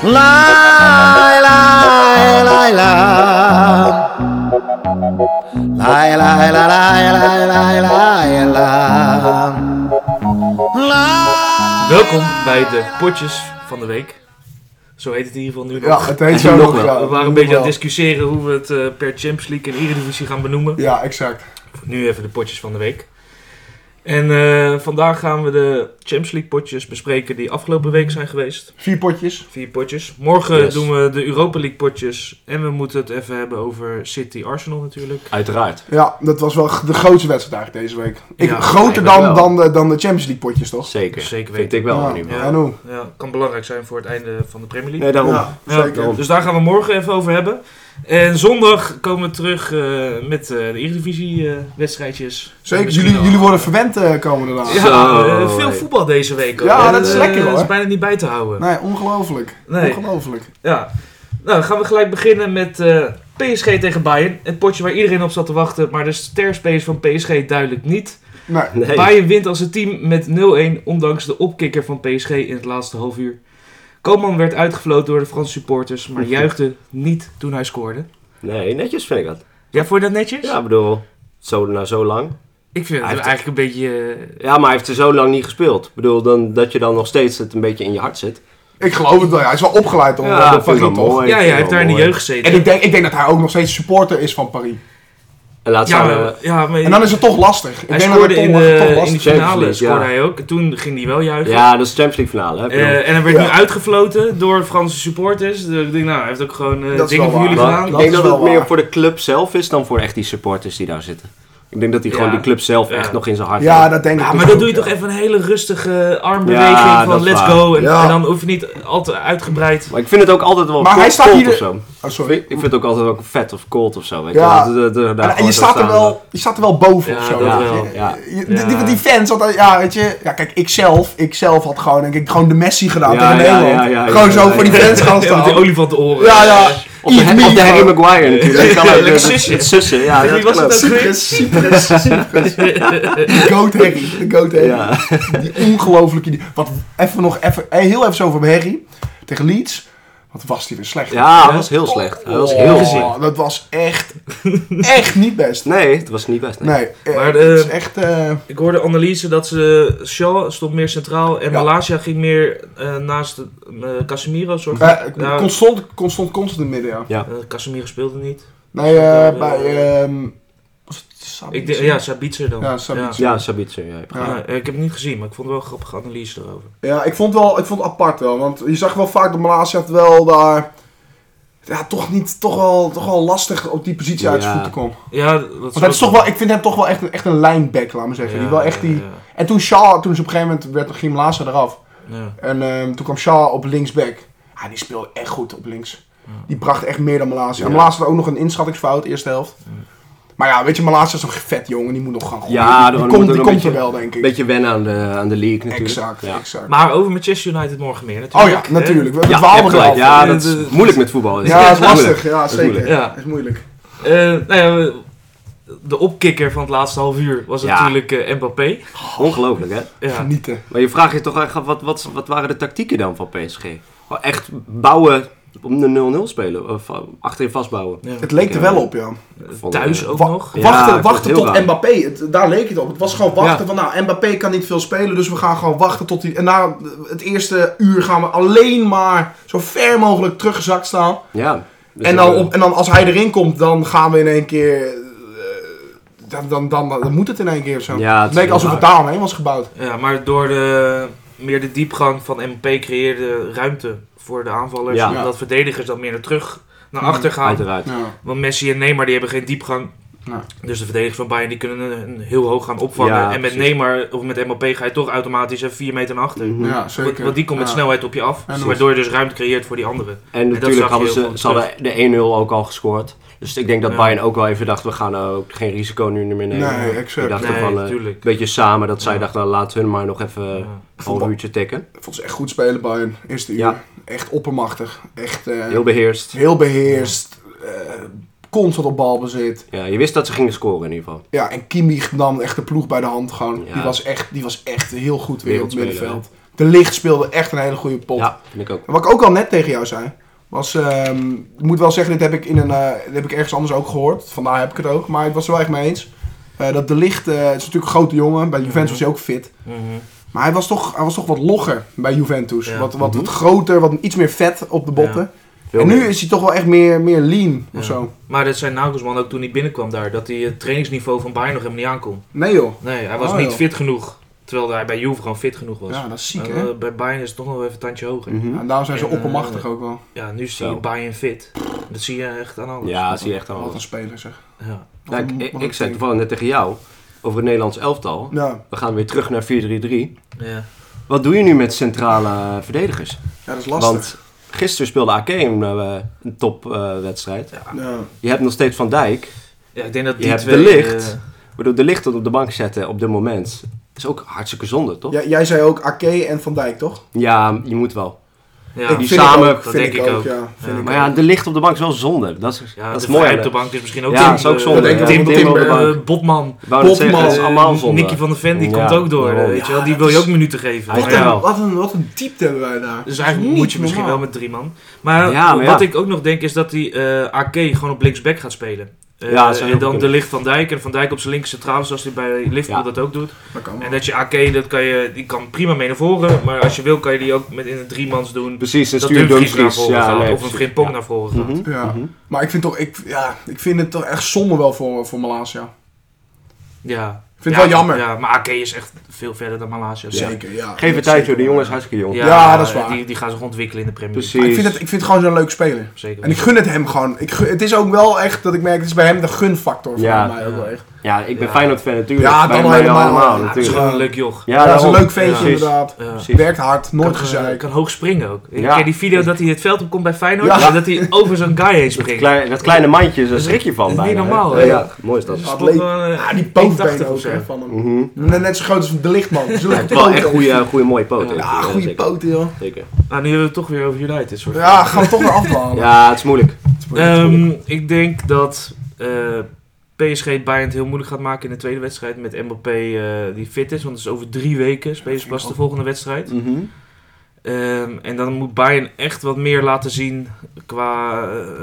La la la la. La la la la la la la la. Welkom bij de potjes van de week. Zo heet het in ieder geval nu nog. Ja, het heet zo nog. Ja, we waren een beetje aan het discussiëren hoe we het per Champions League en Eredivisie gaan benoemen. Ja, exact. Nu even de potjes van de week. En vandaag gaan we de Champions League potjes bespreken die afgelopen week zijn geweest. 4 potjes. 4 potjes. Morgen doen we de Europa League potjes. En we moeten het even hebben over City Arsenal natuurlijk. Uiteraard. Ja, dat was wel de grootste wedstrijd eigenlijk deze week. Ja, groter dan de Champions League potjes, toch? Zeker. Zeker Vind weten. ik wel. Ja. In ieder geval. En hoe? Ja, kan belangrijk zijn voor het einde van de Premier League. Nee, daarom. Ja, Ja, zeker. dus daar gaan we morgen even over hebben. En zondag komen we terug met de Eredivisie wedstrijdjes. Zeker, Misschien jullie worden verwend komende dagen. Ja, Zo, veel voetbal deze week. Hoor. Ja, dat is lekker, hoor. Dat is bijna niet bij te houden. Nee, ongelooflijk. Nee. Ongelooflijk. Ja. Nou, dan gaan we gelijk beginnen met PSG tegen Bayern. Het potje waar iedereen op zat te wachten, maar de sterspelers van PSG duidelijk niet. Nee. Nee. Bayern wint als een team met 0-1, ondanks de opkikker van PSG in het laatste half uur. Koeman werd uitgefloten door de Franse supporters, maar juichte niet toen hij scoorde. Nee, netjes vind ik dat. Ja, vond je dat netjes? Ja, ik bedoel, zo lang. Ik vind het Hij heeft- eigenlijk een beetje... Ja, maar hij heeft er zo lang niet gespeeld. Ik bedoel, dat je dan nog steeds het een beetje in je hart zit. Ik geloof het wel, ja. Hij is wel opgeleid door Ja, door vind ik Paris, wel toch? mooi. ja, hij vind heeft wel daar in de mooi. jeugd gezeten. En ik denk dat hij ook nog steeds supporter is van Paris. En laat ja, staan, maar, ja, maar En dan is het toch lastig. hij ik denk scoorde dat in het toch de lastig finale Champions League, scoorde ja. hij ook. En toen ging hij wel juichen. ja, dat is Champions League finale. Hè? Ik bedoel, En hij werd Ja. nu uitgefloten door Franse supporters. Dus ik denk, nou, hij heeft ook gewoon Dat is dingen wel voor jullie waar. gedaan. ik dat denk is dat het wel meer waar. voor de club zelf is dan voor echt die supporters die daar zitten. Ik denk dat hij gewoon Ja. die club zelf Ja. echt nog in zijn hart Ja, heeft. dat denk ik. Ja, dus maar dan ook, doe je ja. toch even een hele rustige armbeweging Ja, van dat is let's waar. go. En, Ja. en dan hoef je niet altijd uitgebreid. Maar ik vind het ook altijd wel Maar hij staat cold hier of zo. Oh, sorry. Ik vind het ook altijd wel vet of cold of zo. Weet Ja. je? Daar En gewoon je zo staat er wel boven Ja, of zo. dat weet je. wel. Ja. Die fans, want, ja, weet je. Ja, kijk, ik zelf had gewoon, denk ik, gewoon de Messi gedaan Ja, tegen ja, Nederland. ja, ja, gewoon ja, zo ja, voor die ja. fans gaan Ja, met die staan. olifantenoren. Ja, ja. Of de Harry Maguire natuurlijk. Ik kan ook- Lekker zusje. Het sussen, ja. Wie dat was kan het ook. ook weer? Cyprus. De Goat Harry. Ja. Die ongelofelijke... Heel even zo over Harry. Tegen Leeds. Wat was die weer slecht. Ja, hij was heel slecht. Hij was heel slecht. Dat was echt niet best. Nee, het was niet best. Nee. Nee, Maar het is echt... Ik hoorde analyse dat Shaw stond meer centraal en Ja. Malasia ging meer naast Casemiro. Soort Nou, constant in het midden, ja. Ja. Casemiro speelde niet. Nee, bij... was het Sabitzer? Ja, Sabitzer dan. Ja, Sabitzer. Ja, Sabitzer. Ja. Ja. Ja, ik heb het niet gezien, maar ik vond het wel een grappige analyse erover. Ja, ik vond het apart wel. Want je zag wel vaak dat Malasia het wel daar... Ja, toch wel lastig op die positie uit zijn Ja. voeten kon. Ja, dat Want het is toch wel, ik vind hem toch wel echt een lineback, laat maar zeggen. Die wel echt die... Ja, En toen ze op een gegeven moment ging Malasia eraf. ja. En toen kwam Shaw op linksback. Ja, die speelde echt goed op links. Ja. Die bracht echt meer dan Malasia. Ja. En Malasia had ook nog een inschattingsfout, eerste helft. Maar ja, weet je, Malasia is nog een vet jongen. Die moet nog gaan gooien. Ja, die dan komt, moet die er komt een er beetje- wel, denk ik. Een beetje wennen aan de league natuurlijk. Exact, Ja. exact. Maar over Manchester United morgen meer Oh natuurlijk. ja, natuurlijk. We Ja, je dwalen hebt gelijk. eraf. Ja, dat is moeilijk met voetbal. Ja, dat is lastig. moeilijk. Ja, Dat is zeker. moeilijk. Ja. Dat is moeilijk. Nou ja, de opkikker van het laatste half uur was Ja. natuurlijk Mbappé. Ongelooflijk, hè? Ja. Genieten. Maar je vraagt je toch eigenlijk, wat waren de tactieken dan van PSG? Gewoon echt bouwen om de 0-0 spelen? Of achterin vastbouwen? Ja. Het leek er wel op, ja. Thuis ook Wa- nog. Ja, wachten ik vond het heel tot raar. Mbappé. Daar leek het op. Het was gewoon wachten Ja. van, nou, Mbappé kan niet veel spelen, dus we gaan gewoon wachten tot hij... En na het eerste uur gaan we alleen maar zo ver mogelijk teruggezakt staan. Ja. Dus En dan als hij erin komt, dan gaan we in één keer... Dan moet het in één keer of zo. Ja, het Het is leek heel alsof het raar. daaromheen was gebouwd. Ja, maar door meer de diepgang van Mbappé creëerde ruimte voor de aanvallers. Ja. Omdat verdedigers dan meer naar achter gaan. Uiteraard. Ja. Want Messi en Neymar die hebben geen diepgang. Ja. Dus de verdedigers van Bayern die kunnen heel hoog gaan opvangen. Ja, en met precies. Neymar of met Mbappé ga je toch automatisch even 4 meter naar achter. Mhm. Ja, zeker. Want die komt met Ja. snelheid op je af. En Waardoor je dus ruimte creëert voor die anderen. En dat natuurlijk zag je hadden heel goed ze hadden de 1-0 ook al gescoord. Dus ik denk dat Ja. Bayern ook wel even dacht, we gaan ook geen risico nu meer nemen. Nee, exact. Die dachten Nee, van, natuurlijk. een beetje samen, dat zij Ja. dachten, laat hun maar nog even Ja. een uurtje tikken. Ik vond ze echt goed spelen, Bayern. Eerste uur. Ja. Echt oppermachtig. Echt Heel beheerst. heel beheerst. Constant op balbezit. Ja, je wist dat ze gingen scoren in ieder geval. Ja, en Kimmich nam echt de ploeg bij de hand gewoon. Ja. Die was echt heel goed weer op het Wereldspeler, middenveld. De Ligt speelde echt een hele goede pot. Ja, vind ik ook. En wat ik ook al net tegen jou zei, was, ik moet wel zeggen, dit heb ik ergens anders ook gehoord. Vandaar heb ik het ook, maar ik was er wel echt mee eens. Dat De Ligt, het is natuurlijk een grote jongen, bij Juventus was hij ook fit. Maar hij was toch wat logger bij Juventus. Ja. Wat groter, iets meer vet op de botten. Veel En nu meer. is hij toch wel echt meer lean of zo. Maar dat zei Nagelsman ook toen hij binnenkwam daar. Dat hij het trainingsniveau van Bayern nog helemaal niet aankon. Nee joh. Nee, hij was Oh, niet joh. fit genoeg. Terwijl hij bij Juve gewoon fit genoeg was. Ja, dat is ziek hè. Bij Bayern is het toch nog wel even een tandje hoger. Ja, en daarom zijn ze En, oppermachtig ook wel. Ja, nu zie je Zo. Bayern fit. Dat zie je echt aan alles. Ja, dat zie je echt Wat al. een speler zeg. Ja. Wat een- Nou, wat ik een zei team. toevallig net tegen jou over het Nederlands elftal. Ja, We gaan weer terug naar 4-3-3. Ja. Wat doe je nu met centrale verdedigers? dat is lastig. Want gisteren speelde AK een topwedstrijd. Ja. Je hebt nog steeds Van Dijk. Ja, ik denk dat Je die hebt twee... De Ligt. Waardoor De Ligt op de bank zetten op dit moment is ook hartstikke zonde, toch? Jij zei ook Ake en Van Dijk, toch? Ja, je moet wel. ja, Ik die vind samen, ik ook, dat vind denk ik ik ook. ook. Ja, vind Ja. ik Maar ook. ja, De Ligt op de bank is wel zonde. Dat is ja, dat de is mooi. Vrij hè? op de bank is misschien ook... Ja, dat is ook zonde. dat denk ik Tim, wel. Tim op de bank. Botman. Ik wou net zeggen, Botman, dat is allemaal zonde. Nicky van der Ven, die Ja, komt ook door. daarom. Weet je wel. Ja, Die dat wil je is- ook minuten geven. Wat, Ja. wat een diepte hebben wij daar. Dus eigenlijk moet je misschien wel met 3 man. Maar Ja, maar wat ja. ik ook nog denk is dat die AK gewoon op linksback gaat spelen. Ja, dat zou heel en dan goed De Ligt Van Dijk en Van Dijk op zijn linker centrale zoals hij bij Liverpool Ja. dat ook doet. Dat kan wel. En dat je AK, die kan prima mee naar voren. Maar als je wil kan je die ook met in een 3-mans doen. Precies, en Dat stuur Dumfries naar Dumfries. voren Ja, gaat. nee, Of een precies. Frimpong Ja. naar voren gaat. Mhm, Ja. mhm. Maar ik vind het toch echt zonde wel voor Malasia. Ja. Ik vind het wel jammer. Ja, maar AK is echt veel verder dan Malasia. Zeker, ja. Geef het tijd, joh. De jongen is hartstikke jong. Ja, dat is waar. Die gaan zich ontwikkelen in de Premier League. Precies. Maar ik vind het gewoon zo'n leuk speler. Zeker. En ik gun het hem gewoon. Het is ook wel echt dat ik merk, het is bij hem de gunfactor voor Ja. mij ook wel echt. Ja, ik ben Ja. Feyenoord-fan natuurlijk. Ja, Bij dan mij helemaal. Ja, Het is gewoon een leuk joch. Ja, Ja, dat is een daarom. leuk ventje Precies. inderdaad. Ja. Precies. Werkt hard, nooit Kan, gezeik. kan hoog springen ook. Ja. Ken je die video dat hij het veld op komt bij Feyenoord? Ja. En dat hij over zo'n guy heen springt. Dat kleine mandje, daar schrik je van Dat is niet bijna, normaal, hè? hè? Ja, mooi is dat. Dus Atleet. toch wel, Ja, die 1,80 pootbenen of ook zo. hè, van hem. Mhm. Net zo groot als de Lichtman. Hij heeft wel echt goede mooie poten. Ja, goede zeker. poten joh. Zeker. Nou, nu hebben we het toch weer over United. Soort Ja, gaan we toch weer afdwalen. Ja, het is moeilijk. Ik denk dat PSG Bayern het heel moeilijk gaat maken in de tweede wedstrijd met Mbappé die fit is. Want het is over 3 weken spelen ze pas de volgende wedstrijd. Mhm. En dan moet Bayern echt wat meer laten zien qua...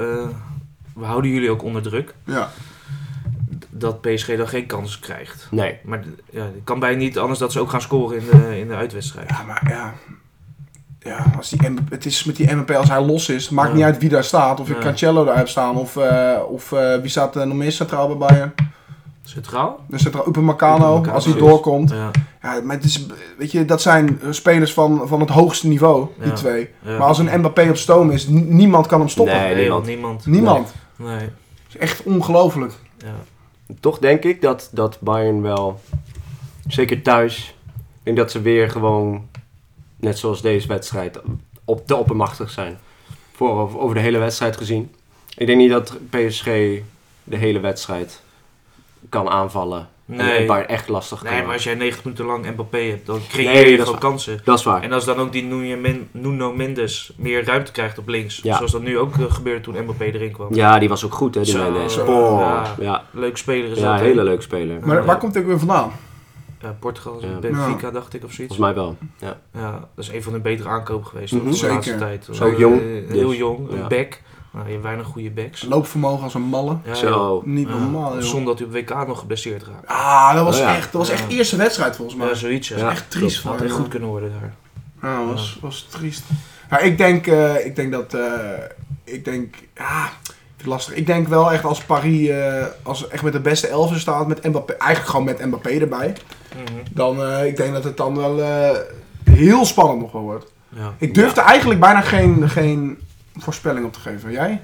we houden jullie ook onder druk. Ja. Dat PSG dan geen kans krijgt. Nee. Maar ja, het kan bijna niet anders dat ze ook gaan scoren in de uitwedstrijd. Ja, maar ja. Ja, als het is met die Mbappé als hij los is. Het maakt Ja. niet uit wie daar staat. Of je Ja. Cancelo daar hebt staan. Of wie staat nog meer centraal bij Bayern. Centraal? Dus centraal Upamecano, Upamecano, als hij precies. doorkomt. Ja. Ja, maar het is, weet je, dat zijn spelers van het hoogste niveau, die Ja. twee. Ja. Maar als een Mbappé op stoom is, niemand kan hem stoppen. Nee. Nee, niemand. joh, niemand. Niemand. Nee. Het is echt ongelooflijk. Ja. Toch denk ik dat Bayern wel, zeker thuis, ik denk dat ze weer gewoon, net zoals deze wedstrijd, te oppermachtig zijn. Over de hele wedstrijd gezien. Ik denk niet dat PSG de hele wedstrijd kan aanvallen. Nee. En Bayern echt lastig kan Nee, maar maken. als jij 90 minuten lang Mbappé hebt, dan creëer Nee, je dat is gewoon waar. kansen. Dat is waar. En als dan ook die Nuno Mendes meer ruimte krijgt op links, Ja. zoals dat nu ook gebeurde toen Mbappé erin kwam. Ja, die was ook goed, hè, die Zo, Mendes. zo. Boah. Ja. Ja, Leuk speler is ja, dat. een hè? hele leuke speler. Maar waar komt hij ook weer vandaan? Ja, Portugal, Ja. Benfica dacht ik of zoiets. Volgens mij wel. Ja. Ja, dat is een van de betere aankopen geweest Mhm. de Zeker. laatste tijd. Is ook jong, Heel dus, jong, een ja. back. Nou, je hebt weinig goede backs. Loopvermogen als een malle. Ja, Zo. Niet ja. normaal, joh. Zonder dat hij op WK nog geblesseerd raakt. Ah, dat was Oh, ja. echt Ja. eerste wedstrijd volgens mij. Ja, zoiets. Ja. Ja. Echt triest Had voor echt hem. goed kunnen worden daar. Ja, was triest. Ja, ik denk dat... ik denk... Ja, ik vind het lastig. Ik denk wel echt als Paris als echt met de beste elf staat, met Mbappé, eigenlijk gewoon met Mbappé erbij. Dan, ik denk dat het dan wel heel spannend nog wel wordt. Ja. Ik durfde eigenlijk bijna geen voorspelling op te geven. Jij?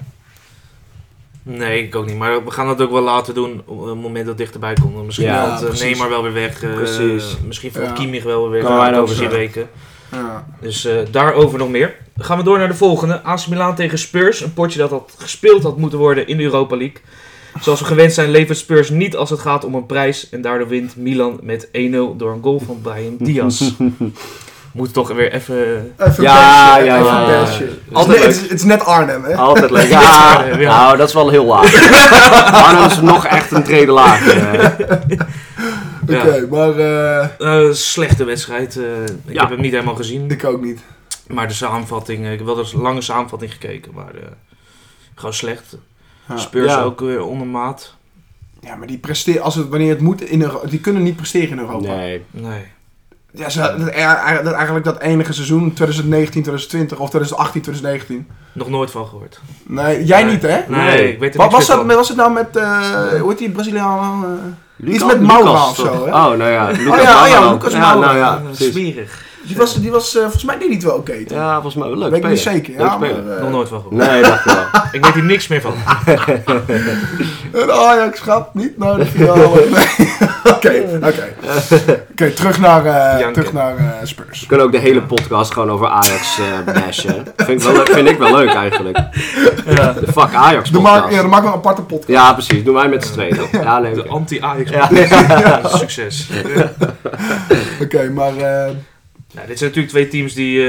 Nee, ik ook niet. Maar we gaan dat ook wel laten doen op het moment dat het dichterbij komt. Misschien Ja, valt precies. Neymar wel weer weg. Precies. Misschien valt Ja. Kimmich wel weer weg Kan wij over over 3 zeggen. weken. Ja. Dus daarover nog meer. Dan gaan we door naar de volgende. AC Milan tegen Spurs. Een potje dat gespeeld had moeten worden in de Europa League. Zoals we gewend zijn levert Spurs niet als het gaat om een prijs. En daardoor wint Milan met 1-0 door een goal van Brahim Diaz. Moet toch weer even... Even Ja, een ja, even ja, een ja. persje. Altijd Het is net Arnhem, hè? Altijd leuk. Ja, Ja. nou, dat is wel heel laag. Arnhem is nog echt een trede lager. Oké, maar Slechte wedstrijd. Ik heb hem niet helemaal gezien. ik ook niet. Maar de samenvatting, ik heb wel eens een lange samenvatting gekeken, maar gewoon slecht. Ja. Spurs Ja. ook weer ondermaat. Ja, maar die presteren, wanneer het moet, die kunnen niet presteren in Europa. Nee. Nee. Ja, eigenlijk dat enige seizoen, 2019, 2020 of 2018, 2019. Nog nooit van gehoord. Nee, jij Nee. niet hè? Nee, ik weet er Wat niks was, meer was het nou met, hoe heet die Braziliaan? Iets met Maura Lucas, of zo, toch? hè? Oh, nou ja. Lucas ja, Maura. Lucas Ja, Maura. nou ja, van. precies. Smerig. Die was volgens mij deed hij het wel oké. toen. Ja, volgens mij wel leuk Weet ik niet spelen. zeker. Leuk Ja, spelen. maar, Nog nooit van gehoord. Nee, dacht ik wel. Ik weet hier niks meer van. Een Ajax-schat, niet nodig. Oké, terug naar Spurs. We kunnen ook de hele podcast gewoon over Ajax bashen. Vind ik wel leuk eigenlijk. Ja. De fuck Ajax Dan podcast. maken we een aparte podcast. Ja, precies. Doen wij met z'n tweeën dan. Ja, nee. De oké. anti-Ajax. Ja. Ja, succes. Oké, maar Nou, dit zijn natuurlijk twee teams die,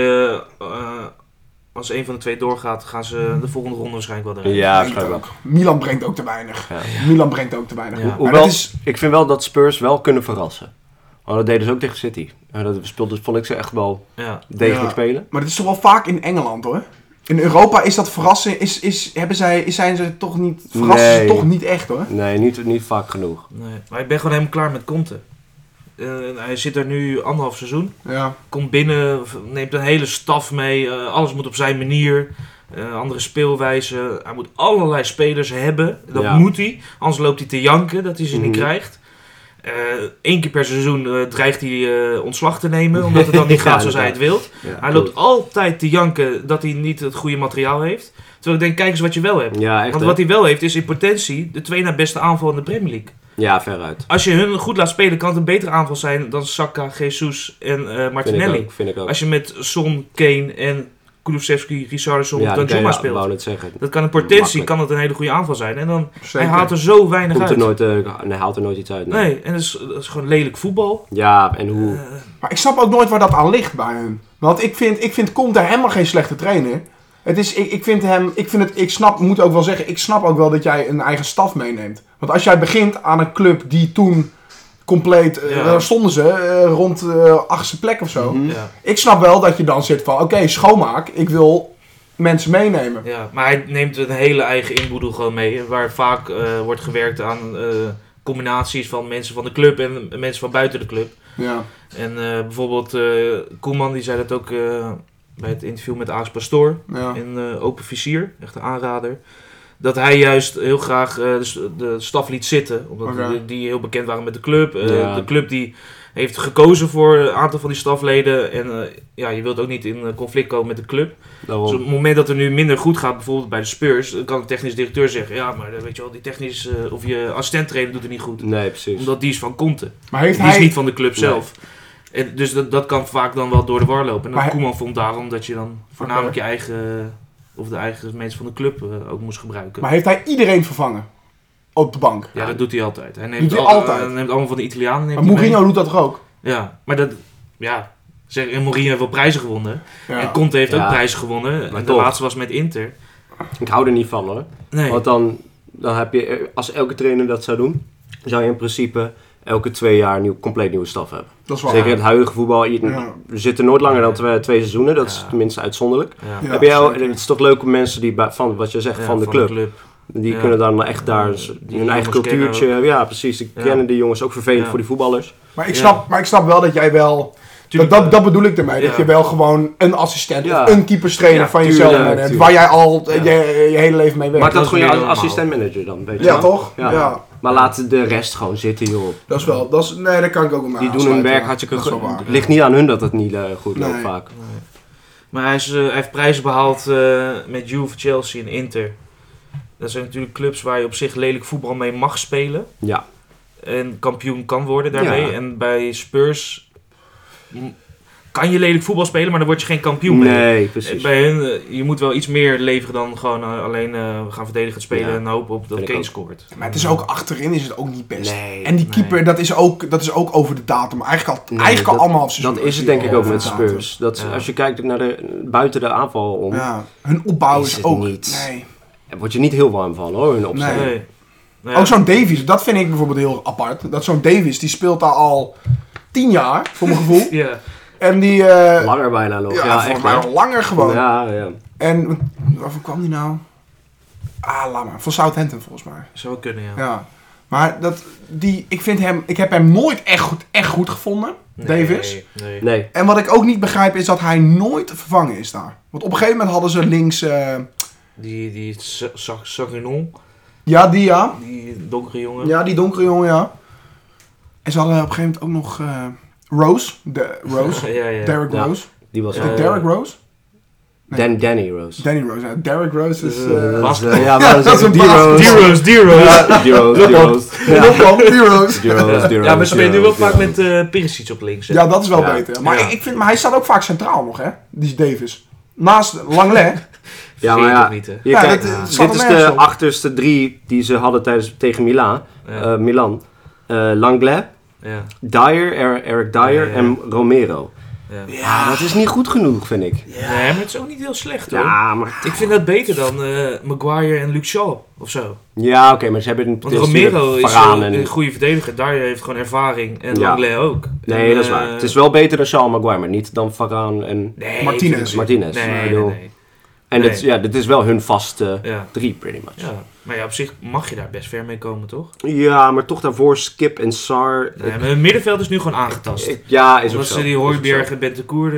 als een van de twee doorgaat, gaan ze de volgende ronde waarschijnlijk wel erin. Ja, brengt waarschijnlijk ook. Milan brengt ook te weinig. Ja. Milan brengt ook te weinig. Ja. Maar Hoewel, dat is, ik vind wel dat Spurs wel kunnen verrassen. Want dat deden ze ook tegen City. Dat vond ik ze echt wel Ja. degelijk Ja. spelen. maar dat is toch wel vaak in Engeland hoor. In Europa is dat verrassen, zijn ze toch niet, verrassen ze Nee. toch niet echt hoor. Nee, niet vaak genoeg. Nee. Maar ik ben gewoon helemaal klaar met Conte. Hij zit er nu 1,5 seizoen. Ja. Komt binnen, neemt een hele staf mee. Alles moet op zijn manier. Andere speelwijze. Hij moet allerlei spelers hebben. Dat Ja. moet hij. Anders loopt hij te janken dat hij ze niet Mhm. krijgt. 1 keer per seizoen dreigt hij ontslag te nemen. Omdat het dan niet gaat zoals hij het wil. Ja, Hij loopt altijd te janken dat hij niet het goede materiaal heeft. Terwijl ik denk, kijk eens wat je wel hebt. Ja, echt. Want hè? wat hij wel heeft is in potentie de 2 na beste aanval in de Premier League. Ja, veruit. Als je hun goed laat spelen, kan het een betere aanval zijn dan Saka, Jesus en Martinelli. Vind ik ook. Als je met Son, Kane en Kulusevski, Richarlison Ja, of die Danjuma kan je- wou speelt. net zeggen. Dat kan in potentie Makkelijk. kan het een hele goede aanval zijn. En dan Zeker. hij haalt er zo weinig Komt uit. er nooit, hij haalt er nooit iets uit. Nee, en dat is gewoon lelijk voetbal. Ja, en hoe... Maar ik snap ook nooit waar dat aan ligt bij hem. Want ik vind Conte helemaal geen slechte trainer. Het is, moet ook wel zeggen, ik snap ook wel dat jij een eigen staf meeneemt. Want als jij begint aan een club die toen compleet, Ja. daar stonden ze rond 8e plek of zo. Mhm. Ja, Ik snap wel dat je dan zit van, oké, schoonmaak, ik wil mensen meenemen. ja, maar hij neemt een hele eigen inboedel gewoon mee. Waar vaak wordt gewerkt aan combinaties van mensen van de club en mensen van buiten de club. Ja. En bijvoorbeeld Koeman die zei dat ook bij het interview met Aas Pastoor Ja. in Open Vizier, echt een aanrader. Dat hij juist heel graag de staf liet zitten, omdat Oké. die heel bekend waren met de club. Ja. De club die heeft gekozen voor een aantal van die stafleden en ja, je wilt ook niet in conflict komen met de club. Daarom. Dus op het moment dat het nu minder goed gaat, bijvoorbeeld bij de Spurs, dan kan de technisch directeur zeggen, ja, maar weet je wel, die technisch of je assistent-trainer doet het niet goed. Nee, precies. Omdat die is van Conte. Maar heeft Die is hij... niet van de club zelf. En dus dat kan vaak dan wel door de war lopen. En Maar dat hij- Koeman vond daarom dat je dan voornamelijk je eigen, of de eigen mensen van de club ook moest gebruiken. Maar heeft hij iedereen vervangen? Op de bank? Ja, dat doet hij altijd. Hij Doet hij altijd? neemt allemaal van de Italianen. Neemt Maar hij Mourinho mee. doet dat toch ook? Ja, maar dat... Ja, zeg, en Mourinho heeft wel prijzen gewonnen. Ja. En Conte heeft ook Ja. prijzen gewonnen. En de toch. laatste was met Inter. Ik hou er niet van hoor. Nee. Want dan heb je, als elke trainer dat zou doen, zou je in principe elke 2 jaar een compleet nieuwe staf hebben. Dat is wel Zeker in het huidige voetbal. Ja. We zitten nooit langer dan 2 seizoenen. Dat is Ja. tenminste uitzonderlijk. Ja. Ja. Heb je zeker. het is toch leuk om mensen die van wat je zegt Ja, van de club. Die Ja. kunnen dan echt daar Die hun eigen jongens cultuurtje. kennen Ja, precies. Die Ja. kennen die jongens ook vervelend Ja. voor die voetballers. Maar ik Ja. snap wel dat jij wel... Tuurlijk, Dat bedoel ik ermee. Dat ja. je wel gewoon een assistent Ja. of een keeperstrainer Ja, van jezelf tuurlijk, hebt. tuurlijk. Waar jij al Ja. je hele leven mee werkt. Maar dat dat is gewoon weer je normaal. assistent-manager dan, weet je ja, wel? toch? Ja. Ja. Maar laat de rest gewoon zitten, joh. Dat is wel... Nee, dat kan ik ook wel mee Die doen hun aansluiten, werk ja. hartstikke Dat is goed. wel waar. Het ligt niet aan hun dat het niet goed loopt Nee. vaak. Nee. Maar hij heeft prijzen behaald met Juve, Chelsea en Inter. Dat zijn natuurlijk clubs waar je op zich lelijk voetbal mee mag spelen. Ja. En kampioen kan worden daarmee. Ja. En bij Spurs kan je lelijk voetbal spelen, maar dan word je geen kampioen mee. Nee, precies. Bij hun, je moet wel iets meer leveren dan gewoon alleen we gaan verdedigend spelen Ja. en hopen op dat Vind ik Kane ook. scoort. Maar het is ook achterin is het ook niet best. Nee. En die Nee. keeper, dat is ook over de datum. Eigenlijk al Nee, allemaal half seizoen. Dat is het denk ik ook over met de datum. Spurs. Dat Ja. als je kijkt naar buiten de aanval om, Ja, hun opbouw Is is het ook... niet. Nee. word je niet heel warm van hoor, hun opzet. Nee. Nee. Nou ja, Ook zo'n Davies, dat vind ik bijvoorbeeld heel apart. Dat zo'n Davies, die speelt daar al 10 jaar, voor mijn gevoel. Ja. En die... Langer bijna nog. Ja, volgens echt mij wel. al langer gewoon. Ja. En waarvan kwam die nou? Laat maar. Van Southampton volgens mij. Zou wel kunnen, ja. Ja. Maar ik heb hem nooit echt goed gevonden, Davis. Nee. Nee. En wat ik ook niet begrijp is dat hij nooit vervangen is daar. Want op een gegeven moment hadden ze links... Die Sagrinon, ja, die ja. die donkere jongen. Ja, die donkere jongen, ja. En ze hadden op een gegeven moment ook nog Rose. Rose. ja. Derrick Ja. Rose. Die was Is het Derrick Rose? Nee. Danny Rose. Danny Rose. Ja. Derrick Rose is... Ja, maar dat is een D-Rose. D-Rose. D-Rose. Die Rose. Ja, maar ze spelen nu wel vaak met Perisic op links. Hè? Ja, dat is wel Ja. beter. Maar, Ja. maar hij staat ook vaak centraal nog, hè? Die Davis. Naast Langley. Ja, maar Vergeet ja, het niet, hè. hier, Ja, kijk, dat staat dit is er nergens de op. achterste 3 die ze hadden tegen Milan. Ja. Milan. Langley, Ja. Dyer, Eric Dyer Ja. en Romero. Ja. Ja, dat is niet goed genoeg, vind ik. Nee, maar het is ook niet heel slecht, hoor. Ja, maar... Ik vind dat beter dan Maguire en Luke Shaw, of zo. Ja, oké, maar ze hebben een Want Romero is Varaan een goede verdediger. Daar heeft gewoon ervaring. En Ja. Langley ook. Nee, En, dat is waar. Het is wel beter dan Sean Maguire, maar niet dan Varaan en... Nee, Martinez. ik vind het- Martinez. Nee, Ik bedoel- nee. En Nee. dit is wel hun vaste Ja. 3, pretty much. Ja. Maar ja, op zich mag je daar best ver mee komen, toch? Ja, maar toch daarvoor Skip en Sar. Nee, maar het middenveld is nu gewoon aangetast. Ja, is ook Omdat zo. ze die Is ook Hooiberg zo. en Bentancur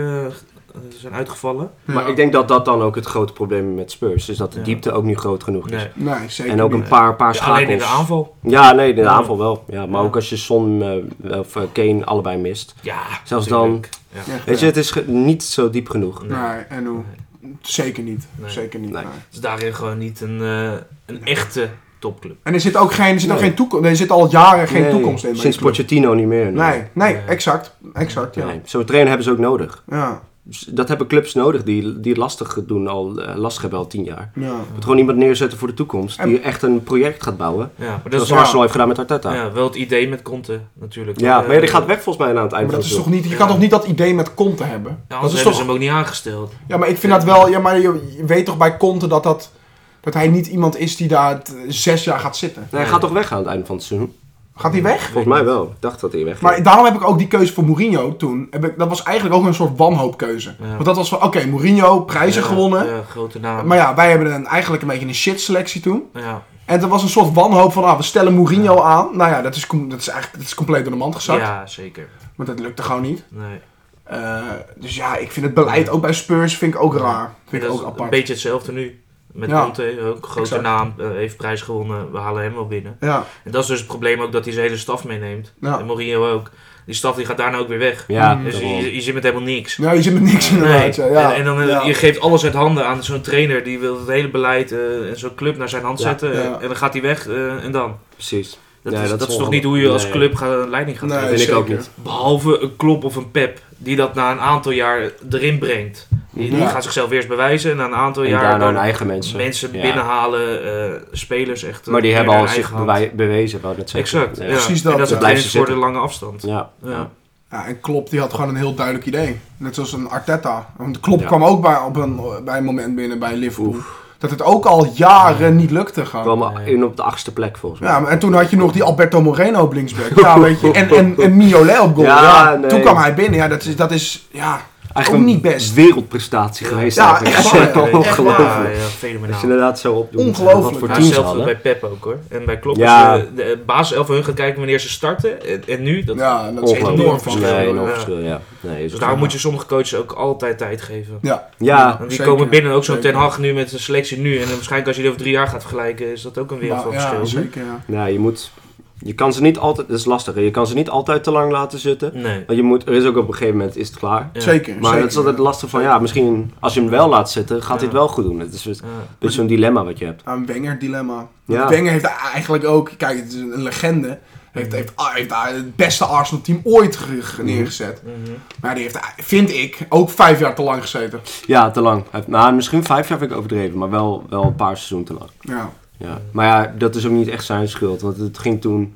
zijn uitgevallen. Maar ik denk dat dat dan ook het grote probleem met Spurs is. Dat de Ja. diepte ook niet groot genoeg is. Nee. Nee, zeker En ook niet. een paar Ja, schakels. alleen in de aanval. Ja, nee, in de Ja. aanval wel. Ja, maar Ja. ook als je Son of Kane allebei mist. Ja, Zelfs tuurlijk. Ja. Ja. Weet je, het is niet zo diep genoeg. Nee. Nee, en hoe? Zeker niet. Nee. Zeker niet. Nee. Nee. Het is daarin gewoon niet een echte topclub. En er zit ook geen Nee. toekomst. Er zit al jaren geen Nee, toekomst in. bij Sinds die club. Pochettino niet meer. Nee, Nee. exact. Exact, ja. Nee. Zo'n trainer hebben ze ook nodig. Ja. Dat hebben clubs nodig die het lastig hebben al 10 jaar. Ja. Je moet gewoon iemand neerzetten voor de toekomst. En- Die echt een project gaat bouwen. Ja, maar dat Zoals is Arsenal heeft gedaan met Arteta. ja, wel het idee met Conte natuurlijk. Ja, maar die gaat weg volgens mij aan het einde Maar dat van is het toch niet, je kan toch niet dat idee met Conte hebben? Ja, Dat anders is hebben toch, ze hem ook niet aangesteld. ja, maar ik vind dat wel... Ja, maar je weet toch bij Conte dat hij niet iemand is die daar 6 jaar gaat zitten. Nee, hij gaat toch weg aan het einde van het seizoen? Gaat hij weg? Volgens mij wel. Ik dacht dat hij weg ging. Maar daarom heb ik ook die keuze voor Mourinho toen. Dat was eigenlijk ook een soort wanhoopkeuze. Ja. Want dat was van, oké, Mourinho, prijzen Ja, gewonnen. Ja, grote naam. Maar ja, wij hebben eigenlijk een beetje een shit selectie toen. Ja, En er was een soort wanhoop van, we stellen Mourinho aan. Nou ja, dat is compleet door de mand gezakt. ja, zeker. Maar dat lukte gewoon niet. Nee. Dus ja, ik vind het beleid ook bij Spurs vind ik ook raar. Vind ik Dat ook is apart. een beetje hetzelfde nu. Met Ja. Conte, ook grote Exact. naam, heeft prijs gewonnen, we halen hem wel binnen. Ja, En dat is dus het probleem ook dat hij zijn hele staf meeneemt. Ja. En Mourinho ook. Die staf die gaat daarna ook weer weg. Ja, Mm. Dus daarom. je zit met helemaal niks. ja je zit met niks inderdaad. Nee. Ja. En dan ja. je geeft alles uit handen aan zo'n trainer. Die wil het hele beleid en zo'n club naar zijn hand Ja. zetten. Ja. En dan gaat hij weg en dan. Precies. Dat, Nee, is, dat dat is is toch wel- niet hoe je als nee. club leiding gaat Nee, geven. vind ik ook zeker. niet. Behalve een Klopp of een Pep. Die dat na een aantal jaar erin brengt. Die Ja. gaat zichzelf eerst bewijzen. En na een aantal En jaar daarna dan hun eigen mensen. mensen Ja. binnenhalen. Spelers echt. Maar die meer hebben naar al eigen zich hand. bewezen, wou ik net zeggen. Exact. Ja. Ja. Precies dat. En dat Ja. is Blijven trainers voor de zitten. lange afstand. Ja. Ja. Ja, en Klopp die had gewoon een heel duidelijk idee. Net zoals een Arteta. Want Klopp Ja. kwam ook bij een moment binnen bij Liverpool. Dat het ook al jaren niet lukte gewoon. Kwam Nee. in op de 8e plek volgens mij. Ja, en toen had je nog die Alberto Moreno op linksback. Ja, weet je. En Mignolet op goal. Ja, Ja, nee. Toen kwam hij binnen. Ja, dat is ja, Eigenlijk ook een niet best. wereldprestatie Ja. geweest. Ja, eigenlijk. echt Ja, waar. Ongelooflijk. Ja, Als fenomenaal. je inderdaad zo opdoet. Ongelooflijk. Wat voor Ja, teams ze zelfs hadden. bij Pep ook hoor. En bij Klopp Ja. als je de basis 11 van hun gaat kijken wanneer ze starten. En nu, dat Ja, dat is echt Ongelooflijk. enorm verschil. Nee, enorm Ja. verschil, ja. Nee, is Dus daarom moet je sommige coaches ook altijd tijd geven. Ja, Ja, Want die zeker. komen binnen, ook zo'n Zeker. Ten Hag nu met zijn selectie nu. En dan waarschijnlijk als je die over 3 jaar gaat vergelijken, is dat ook een wereld van ja, verschil. zeker. Ja. nou, je kan ze niet altijd, dat is lastig, hè. Je kan ze niet altijd te lang laten zitten. Nee. Want er is ook op een gegeven moment is het klaar. Ja. Zeker. Maar zeker. het is altijd lastig van, ja, misschien als je hem wel laat zitten, gaat hij het wel goed doen. Het is dus Ja. een beetje zo'n dilemma wat je hebt. Een Wenger-dilemma. Ja. Wenger heeft eigenlijk ook, kijk, het is een legende. Heeft daar het beste Arsenal-team ooit neergezet. Mhm. Maar die heeft, vind ik, ook 5 jaar te lang gezeten. Ja, te lang. Nou, misschien 5 jaar vind ik overdreven, maar wel een paar seizoenen te lang. Ja. Ja. Maar ja, dat is ook niet echt zijn schuld, want het ging toen...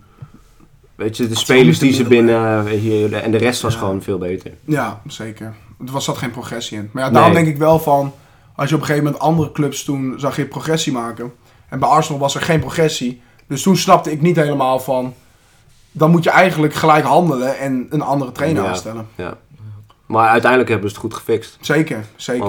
Weet je, de is spelers die niet ze de binnen hier en de rest was Ja. gewoon veel beter. Ja, zeker. Er zat geen progressie in. Maar ja, daarom Nee. denk ik wel van... Als je op een gegeven moment andere clubs toen zag je progressie maken. En bij Arsenal was er geen progressie. Dus toen snapte ik niet helemaal van... Dan moet je eigenlijk gelijk handelen en een andere trainer aanstellen. Ja. Maar uiteindelijk hebben ze het goed gefixt. Zeker.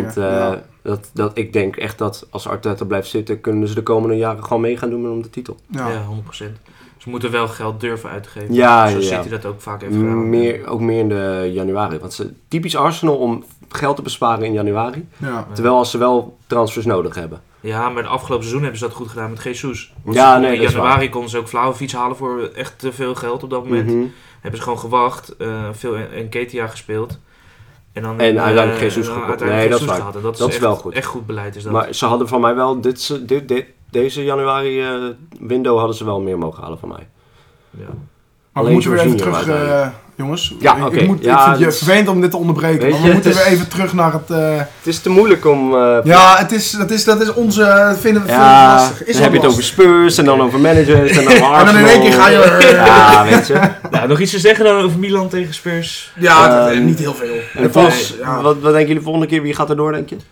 Want ik denk echt dat als Arteta blijft zitten... kunnen ze de komende jaren gewoon mee gaan doen om de titel. Ja, 100%. Ze moeten wel geld durven uit te geven. Ja, Zo City dat ook vaak heeft gedaan. Ook meer in de januari. Want typisch Arsenal om geld te besparen in januari. Ja. Terwijl als ze wel transfers nodig hebben. Ja, maar de afgelopen seizoen hebben ze dat goed gedaan met Jesus. Want in januari konden ze ook Vlahovic halen voor echt te veel geld op dat moment. Hebben ze gewoon gewacht. Veel Nketiah gespeeld. En uiteindelijk Jesus gekocht. Nee, dat is waar. Dat is wel goed. Echt goed beleid is dat. Maar ze hadden van mij wel... Deze januari window hadden ze wel meer mogen halen van mij. Ja. Maar we moeten weer even terug, jongens. Ja, ik vind het vervelend om dit te onderbreken. Maar we moeten weer even terug naar het... Het is te moeilijk om... dat is onze... Vinden we lastig. Dan heb je het over Spurs en dan over managers en dan Arsenal. En dan in één keer ga je... Ja, weet je. Nou, nog iets te zeggen dan over Milan tegen Spurs? Ja, niet heel veel. Wat denken jullie volgende keer? Wie gaat er door, denk je?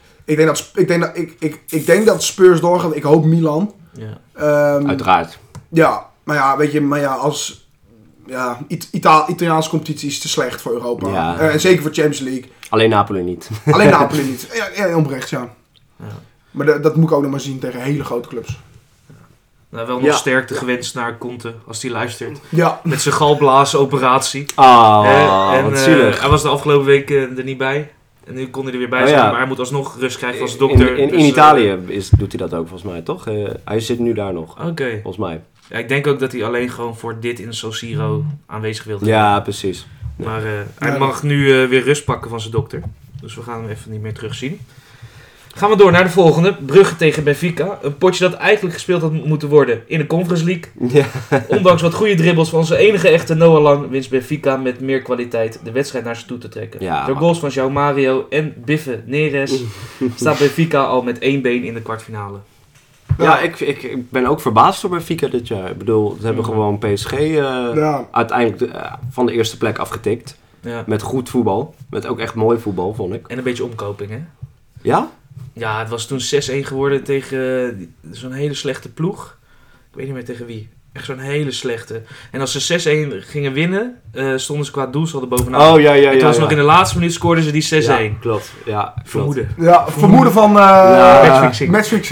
Ik denk dat Spurs doorgaat. Ik hoop Milan. Ja. Uiteraard. Ja, maar ja, weet je, als... Ja, Italiaanse competitie is te slecht voor Europa. Ja. En zeker voor Champions League. Alleen Napoli niet. Alleen Napoli niet. Ja, onberecht, ja. Maar dat moet ik ook nog maar zien tegen hele grote clubs. Nou, wel nog sterkte gewenst naar Conte, als hij luistert. Ja. Met zijn galblaasoperatie. Wat zielig. Hij was de afgelopen week er niet bij. En nu kon hij er weer bij zijn, maar hij moet alsnog rust krijgen van zijn dokter. In Italië doet hij dat ook volgens mij, toch? Hij zit nu daar nog, Oké. volgens mij. Ja, ik denk ook dat hij alleen gewoon voor dit in San Siro aanwezig wil zijn. Ja, precies. Ja. Maar hij mag nu weer rust pakken van zijn dokter. Dus we gaan hem even niet meer terugzien. Gaan we door naar de volgende. Brugge tegen Benfica. Een potje dat eigenlijk gespeeld had moeten worden in de Conference League. Ja. Ondanks wat goede dribbles van onze enige echte Noah Lang winst Benfica met meer kwaliteit de wedstrijd naar zich toe te trekken. Ja, Door goals van João Mario en Biffe Neres staat Benfica al met 1 been in de kwartfinale. Ja, ik ben ook verbaasd door Benfica dit jaar. Ik bedoel, ze hebben gewoon PSG uiteindelijk van de eerste plek afgetikt. Ja. Met goed voetbal. Met ook echt mooi voetbal, vond ik. En een beetje omkoping, hè? Ja? Ja, het was toen 6-1 geworden tegen zo'n hele slechte ploeg. Ik weet niet meer tegen wie. Echt zo'n hele slechte. En als ze 6-1 gingen winnen, stonden ze qua doelsaldo bovenaan. Oh, ja. En toen was nog in de laatste minuut scoorden ze die 6-1. Ja, klopt. Ja, Vermoeden. Ja, vermoeden van... Matchfixing.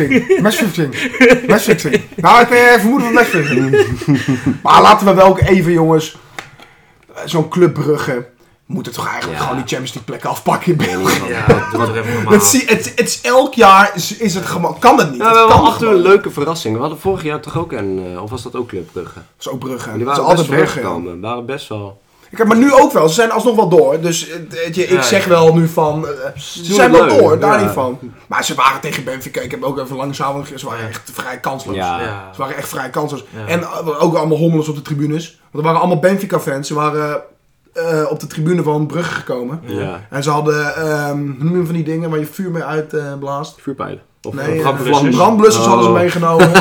Matchfixing. Nou, ik ben vermoeden van matchfixing. Maar laten we wel ook even, jongens... Zo'n Club Brugge... moeten toch eigenlijk gewoon die Champions League plekken afpakken in België. Ja, dat is toch even normaal. Het is elk jaar is het gewoon... Kan het niet? Ja, we hebben af en toe een leuke verrassing. We hadden vorig jaar toch ook of was dat ook Club Brugge? Dat is ook Brugge. Die Dat waren is altijd best ver Brugge. gekomen. We waren best wel... Maar nu ook wel. Ze zijn alsnog wel door. Dus ik zeg wel nu van... ze zijn wel door, daar niet van. Maar ze waren tegen Benfica. Ik heb ook even lang samen gezien. Ze waren echt vrij kansloos. Ja. Ze waren echt vrij kansloos. Ja. En ook allemaal hommelers op de tribunes. Want er waren allemaal Benfica fans. Ze waren op de tribune van Brugge gekomen. Ja. En ze hadden van die dingen waar je vuur mee uitblaast. Vuurpijlen. Of Nee, brandblussers. brandblussers hadden ze meegenomen.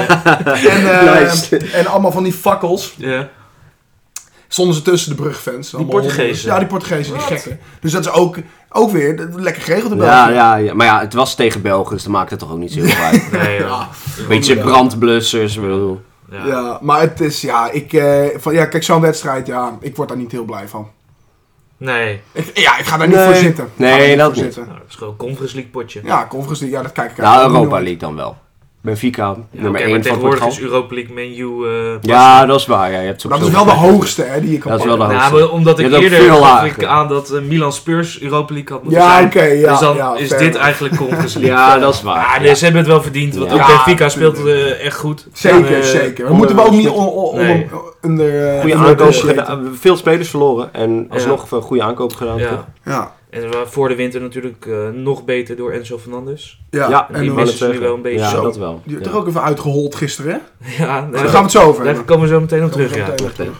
Nice. En allemaal van die fakkels. Ja. Stonden ze tussen de Brugge-fans. Die Portugezen. Ja, die Portugezen, die gekken. Dus dat is ook weer lekker geregeld in België. Ja. Maar ja, het was tegen België, dus dat maakt het toch ook niet zo heel veel uit. Nee, Ja. Een beetje brandblussers, ik bedoel. Ja, maar het is, kijk, zo'n wedstrijd, ik word daar niet heel blij van. Nee. Ik ga daar niet voor zitten. Nee, dat niet. Nou, dat is gewoon Conference League potje. Ja, Conference League, dat kijk ik Nou, Europa League dan wel. Benfica, nummer 1 maar van tegenwoordig Portugal. is Europa League Man U... Ja, dat is waar. Ja. Je hebt Dat is wel de hoogste, hè, die je kan Dat is wel pakken. de Ja, hoogste. maar omdat ik Je hebt ook eerder veel gaf lager. ik aan dat Milan Spurs Europa League had moeten Ja, zijn. oké, ja. Dus dan ja, is fair dit enough. eigenlijk Conference League. Ja, dat is waar. Ja, nee, ze hebben het wel verdiend. Want Ja. ook Benfica Ja, speelt echt goed. Zeker, En, zeker. We moeten wel ook niet Nee. onder... Goede aankopen gedaan. Veel spelers verloren en alsnog goede aankopen gedaan. Ja. Ja, En voor de winter natuurlijk nog beter door Enzo Fernandes. ja. En die hoe- missen ze nu wel een beetje. Ja, Zo. dat wel. Die heeft er ook even uitgehold gisteren, hè? Ja, Daar gaan we het zo over daar hebben. komen we zo meteen op terug. Daar Ja. komen we zo meteen op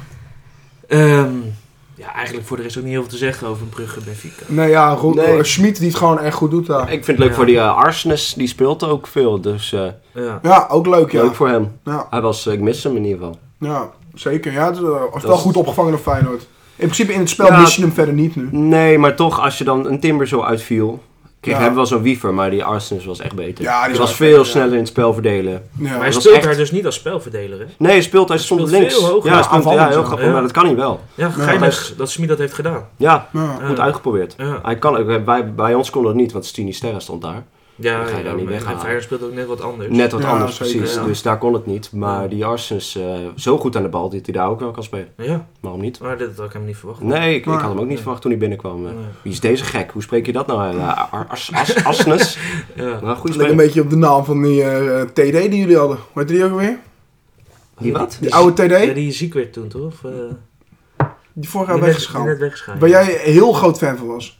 terug. Ja, eigenlijk voor de rest ook niet heel veel te zeggen over Brugge Benfica. Nee, ja, Nee. Schmid die het gewoon echt goed doet daar. Ik vind het leuk Ja. voor die Arsenis, die speelt ook veel. Dus Ja. Ja, ook leuk, ja. leuk voor hem. Ja, Ik mis hem in ieder geval. ja zeker. Ja, het is wel is- goed opgevangen door Feyenoord. In principe in het spel Ja. mis je hem verder niet nu. Nee, maar toch, als je dan een Timber zo uitviel. Hebben wel zo'n wiever, maar die Arsenis was echt beter. Ja, die die was was veel beter, sneller in het spel verdelen. Ja. Maar hij dat was speelt echt- daar dus niet als spelverdeler, hè? Nee, hij stond speelt links. veel hoger. Ja, hij stond, Aanvallend, heel ja. grappig, Ja. maar dat kan hij wel. Ja, geinig dat Smit dat heeft gedaan. Ja, Ja. goed uitgeprobeerd. Ja, Hij kan, bij ons kon dat niet, want Stini Sterra stond daar. ja, Dan ga je daar niet en weghalen. Feyenoord speelt ook net wat anders. Net wat Ja, anders, zeker, precies. ja. Dus daar kon het niet. Maar die Arsenis zo goed aan de bal dat hij daar ook wel kan spelen. Ja, Waarom niet? maar dit had ik hem niet verwacht. Nee, ik had hem ook niet Nee. verwacht toen hij binnenkwam. Nee. Wie is deze gek? Hoe spreek je dat nou? Arsenis? Ja. Nou, goede Het lijkt speler. een beetje op de naam van die TD die jullie hadden. Hoe heette die ook alweer? Die wat? Die oude TD? Ja, die ziek werd toen, toch? Of, Die vorig die jaar weggegaan. net weggegaan. Waar jij heel groot fan van was.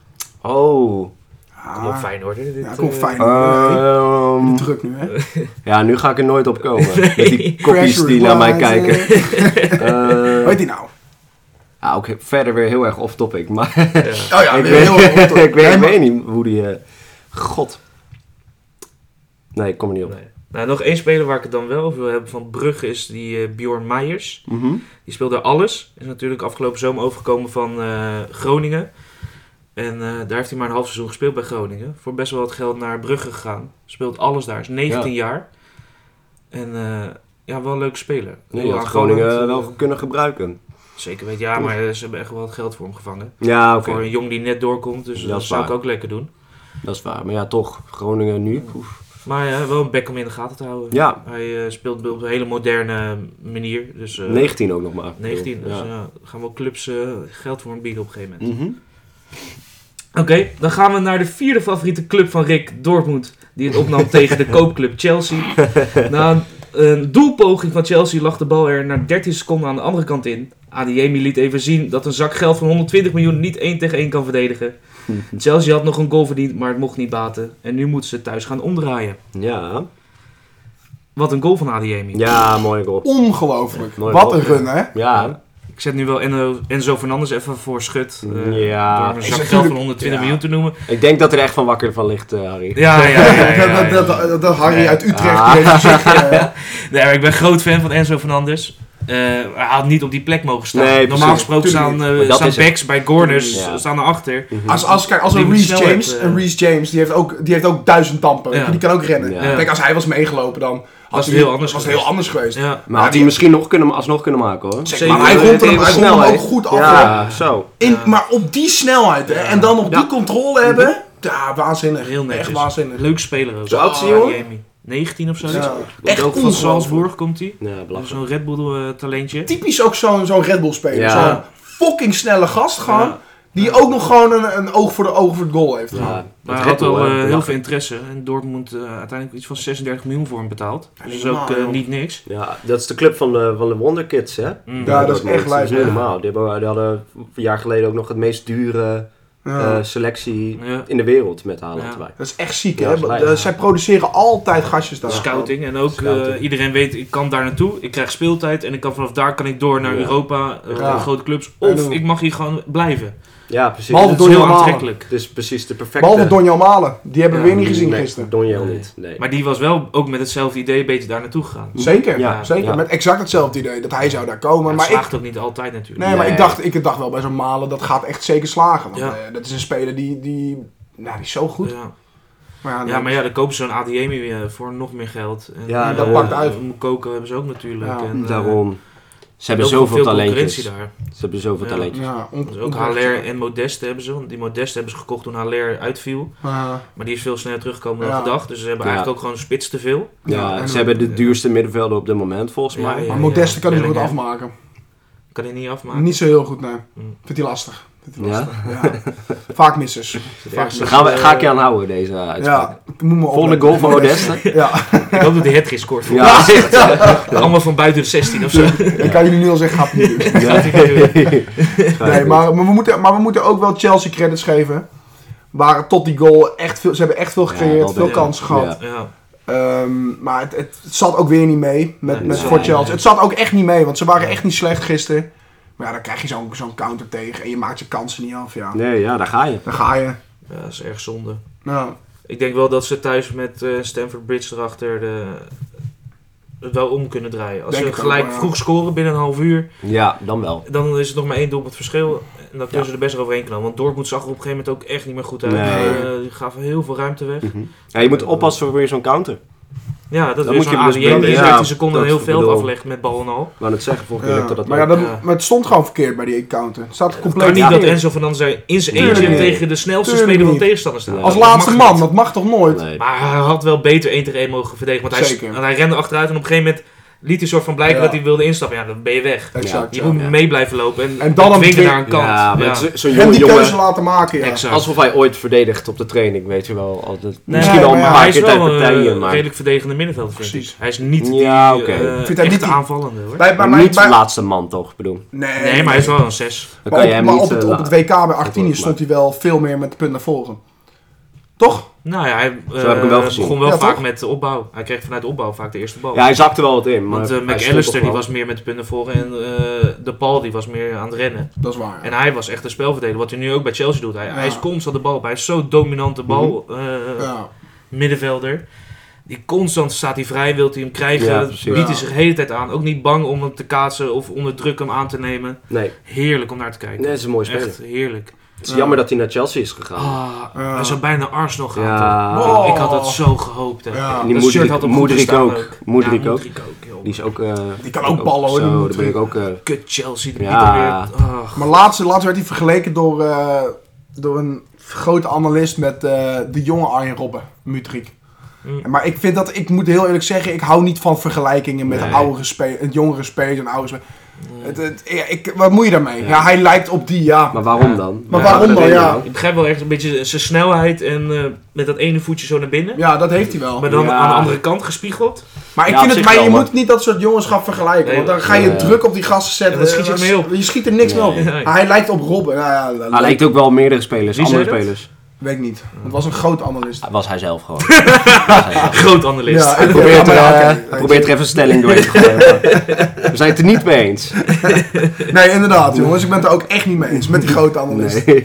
Oh. Kom op Feyenoord, hè? Dit, Ja, kom fijn. Ehm, Niet druk nu, hè? ja, nu ga ik er nooit op komen. Met die kopjes Crash die naar mij Rewind, kijken. Hoe heet die nou? Ook verder weer heel erg off-topic. Maar Ja. Oh ja, ik weer heel weet, erg ik weet niet hoe die... God. Nee, ik kom er niet op. Nee. Nou, nog één speler waar ik het dan wel over wil hebben van Brugge is die Bjorn Meijers. Mhm. Die speelde alles. Is natuurlijk afgelopen zomer overgekomen van Groningen. En daar heeft hij maar een half seizoen gespeeld bij Groningen. Voor best wel wat geld naar Brugge gegaan. Speelt alles daar. Is 19 jaar. En ja, wel een leuke speler. Nee, Heel dat had aanvallend, Groningen wel kunnen gebruiken. Zeker weet, ja, maar ze hebben echt wel wat geld voor hem gevangen. Ja, oké. Voor een jong die net doorkomt, dus Dat dat is zou waar. ik ook lekker doen. Dat is waar. Maar ja, toch. Groningen nu. Oef. Maar ja, wel een bek om in de gaten te houden. Ja. Hij speelt op een hele moderne manier. Dus, 19 ook nog maar. 19, dus Ja. gaan wel clubs geld voor hem bieden op een gegeven moment. Mhm. Oké, dan gaan we naar de vierde favoriete club van Rick, Dortmund. Die het opnam tegen de koopclub Chelsea. Na een doelpoging van Chelsea lag de bal er na 13 seconden aan de andere kant in. Adeyemi liet even zien dat een zak geld van 120 miljoen niet 1 tegen 1 kan verdedigen. Chelsea had nog een goal verdiend, maar het mocht niet baten. En nu moeten ze thuis gaan omdraaien. Ja. Wat een goal van Adeyemi. Ja, mooie goal. Ongelooflijk. Mooi Wat goal. een run, hè? Ja. Ik zet nu wel Enzo Fernandes even voor schut. Ja. Door een Is zak geld natuurlijk- van 120 ja. miljoen te noemen. Ik denk dat er echt van wakker van ligt, Harry. Ja. Dat Harry Nee. uit Utrecht Ah. die heeft gezegd... Nee, maar ik ben groot fan van Enzo Fernandes. Hij had niet op die plek mogen staan. Nee, Normaal precies. gesproken Tuurlijk staan, Maar dat staan is het. backs bij corners, Ja. staan erachter. Mhm. Als Die een moet Reece snelheid, James, eh. Reece James, die heeft ook 1000 tampen. Ja. Die kan ook rennen. Ja. Kijk, als hij was meegelopen, dan Was het hij- heel anders was het geweest. heel anders geweest. Ja. Maar had hij misschien alsnog kunnen maken, hoor. Zeker, Zeker. maar hij rond hem, Even hij rond hem snelheid. ook goed af. Ja, hè. zo. Maar op die snelheid, hè, en dan nog die controle hebben. Ja, waanzinnig. Heel netjes. Echt waanzinnig. Leuk speler ook. Zo oud is die jongen? Adeyemi. 19 of zo. Ja. Komt Echt ook van ongelooflijk. Salzburg komt hij. Ja, belachelijk. Zo'n Red Bull talentje. Typisch ook zo'n Red Bull speler. Ja. Zo'n fucking snelle gast gewoon. Ja. Die ook nog gewoon een oog voor het goal heeft. Ja, Maar dat hij had Red Bull, al hè, heel belachelijk. veel interesse. En Dortmund uiteindelijk iets van 36 miljoen voor hem betaald. Ja, Dus niet dat is ook normaal, joh. niet niks. Ja, dat is de club van de Wonder Kids, hè? Mm. Ja, dat is Dortmund. echt lijp, Dat is niet ja. normaal. Die hadden een jaar geleden ook nog het meest dure Ja. selectie Ja. in de wereld met Haaland Ja. erbij. Dat is echt ziek, Ja, hè? dat is lijp. Zij produceren altijd gastjes daar. Scouting. En ook Scouting. iedereen weet, ik kan daar naartoe. Ik krijg speeltijd. En ik kan vanaf daar kan ik door naar Ja. Europa. Ja. Grote clubs. En Of dan- ik mag hier gewoon blijven. Ja, precies. Behalve Dat is heel Donjan Malen. aantrekkelijk. Het is precies de perfecte... Behalve Donjan Malen. Die hebben we Ja, weer niet gezien nee, gisteren. Donjan Nee. niet. Nee. Maar die was wel ook met hetzelfde idee een beetje daar naartoe gegaan. Zeker, Ja, zeker. ja. Met exact hetzelfde idee. Dat hij zou daar komen. Maar Maar het slaagt ook niet altijd natuurlijk. nee, maar Nee. ik dacht wel bij zo'n Malen, dat gaat echt zeker slagen. Want Ja. dat is een speler die is zo goed. Ja. Maar Ja, maar ja, dan kopen ze zo'n Adeyemi voor nog meer geld. En, Ja, dat pakt uit. Koken hebben ze ook natuurlijk. Ja, en, Daarom. Ze ook hebben wel zoveel veel talentjes. concurrentie Ze daar. hebben zoveel Ja. talentjes. Ja, Dus ook Haller en Modeste hebben ze. Want die Modeste hebben ze gekocht toen Haller uitviel. Maar die is veel sneller teruggekomen dan Ja. gedacht. Dus ze hebben Ja. eigenlijk ook gewoon een spits te veel. Ja, en- ze hebben de duurste middenvelder op dit moment, volgens Ja, mij. ja. Maar Modeste kan hij goed Bellingham. afmaken. Kan hij niet afmaken. Niet zo heel goed, nee. Hmm. Vindt hij lastig. Ja? Ja. Vaak missers. Ja, Daar ga ik je aan houden, deze uitspraak. Ja, ik moet me Volgende opletten. goal van Modeste. Ja, Ik hoop dat hij hat-trick scoort. voor Ja. ons. Allemaal van buiten de 16 of zo. ik kan jullie nu al zeggen, gaat het niet doen. Nee, maar we moeten ook wel Chelsea credits geven. Waar tot die goal ze hebben echt veel gecreëerd, dat veel wel. kansen gehad. Ja. Maar het zat ook weer niet mee met Nee, voor nee, Chelsea. nee. Het zat ook echt niet mee, want ze waren echt niet slecht gisteren. Maar ja, dan krijg je zo'n counter tegen en je maakt je kansen niet af. Ja. Nee, ja, daar ga je. Dan ga je. Ja, dat is erg zonde. Nou, Ik denk wel dat ze thuis met Stamford Bridge erachter het wel om kunnen draaien. Als Denk ze ik ook gelijk wel, ja. vroeg scoren binnen een half uur, Ja, dan wel. dan is het nog maar 1 doelpunt verschil. En dan kunnen ze er best wel overheen knallen. Want Dortmund zag er op een gegeven moment ook echt niet meer goed uit. Nee. Die gaven heel veel ruimte weg. Ja, je moet oppassen voor weer zo'n counter. Ja, dat Dan is moet weer je zo'n dus ADM die in brengen. 17 Ja, seconden een dat heel veld bedoel. aflegt met bal en al. Ik wou net zeggen, vorige keer lukte dat maar, ja, ook. maar het stond gewoon verkeerd bij die encounter. Het staat compleet Kan niet verkeerd. dat Enzo Fernandez in zijn Tuurlijk eentje niet. tegen de snelste Tuurlijk speler van niet. de tegenstander staat. Nee. Als Dat laatste mag man, niet. dat mag toch nooit? Nee. Maar hij had wel beter 1-1 mogen verdedigen. Want Zeker. hij rende achteruit en op een gegeven moment liet hij soort van blijken Ja. dat hij wilde instappen. Ja, dan ben je weg. Exact. Je ja. moet mee blijven lopen En dan hem dwingen dwing- naar een kant. Ja, maar Ja. zo'n Hem jonge die keuze jongen, laten maken, ja. Exact. alsof hij ooit verdedigt op de training, weet je wel. Altijd, Nee, misschien al een maar hij paar is keer wel tegen een partijen, maar redelijk verdedigende middenvelder, vind ik. Precies. Hij is niet Ja, die oké. Vindt hij echte niet die- aanvallende, hoor. Bij niet bij- laatste man toch, bedoel. Nee, Nee, maar hij is wel een 6. Dan Maar kan je hem op niet... het WK bij Argentinië stond hij wel veel meer met de punt naar voren. Toch? Nou ja, hij Zo heb ik hem wel gezien. begon wel Ja, vaak toch? met de opbouw. Hij kreeg vanuit de opbouw vaak de eerste bal. Ja, hij zakte wel wat in, maar Want hij stond McAllister toch die wel. was meer met de punten voor en De Paul die was meer aan het rennen. Dat is waar. En hij was echt een spelverdeler, wat hij nu ook bij Chelsea doet. Hij Ja. is constant de bal op. Hij is zo dominante bal Ja. middenvelder. Die constant staat hij vrij, wilt hij hem krijgen, Ja, biedt precies. hij zich de hele tijd aan. Ook niet bang om hem te kaatsen of onder druk hem aan te nemen. Nee, Heerlijk om naar te kijken. nee, dat is een mooie speler. Echt heerlijk. Het is jammer dat hij naar Chelsea is gegaan. Ah, hij zou bijna naar Arsenal gaan. Ja. toch? Oh. Ik had het zo gehoopt. Hè. Ja. En die Dat shirt had hem goed Moedrik gestaan ook. Moedrik Ja, ook. Moedrik ook, joh. Die is ook... Die kan ook ballen, hoor, die Zo, Moedrik. daar ben ik ook... Kut Chelsea, de Ja. Pieter weer. Ach. Maar laatst werd hij vergeleken door een grote analist met de jonge Arjen Robben, Mudryk. Maar ik moet heel eerlijk zeggen, ik hou niet van vergelijkingen met Nee. jongere spelers en oudere spelers. Wat moet je daarmee? Ja. Ja, hij lijkt op die, ja. Maar waarom dan? Maar waarom dat dan, weet je ja? wel. Ik begrijp wel echt een beetje zijn snelheid en met dat ene voetje zo naar binnen. Ja, dat heeft hij wel. Maar dan Ja. aan de andere kant gespiegeld. Maar ik Ja, vind op het, zich maar je wel, moet niet dat soort jongens gaan vergelijken. Nee, want dan ga je nee. druk op die gasten zetten. En dan schiet je er mee op. Je schiet er niks mee op. Nee. Maar hij lijkt op Robben. Ja, Hij lijkt ook wel op meerdere spelers, Wie andere zei dat? spelers. Weet ik niet. Het was een grote analist. Dat was hij zelf gewoon. Groot analist. Ja, Hij probeert, ja, oké. probeert er even een stelling doorheen te gooien. We zijn het er niet mee eens. Nee, inderdaad, jongens. Ik ben het er ook echt niet mee eens met die grote analist. Nee.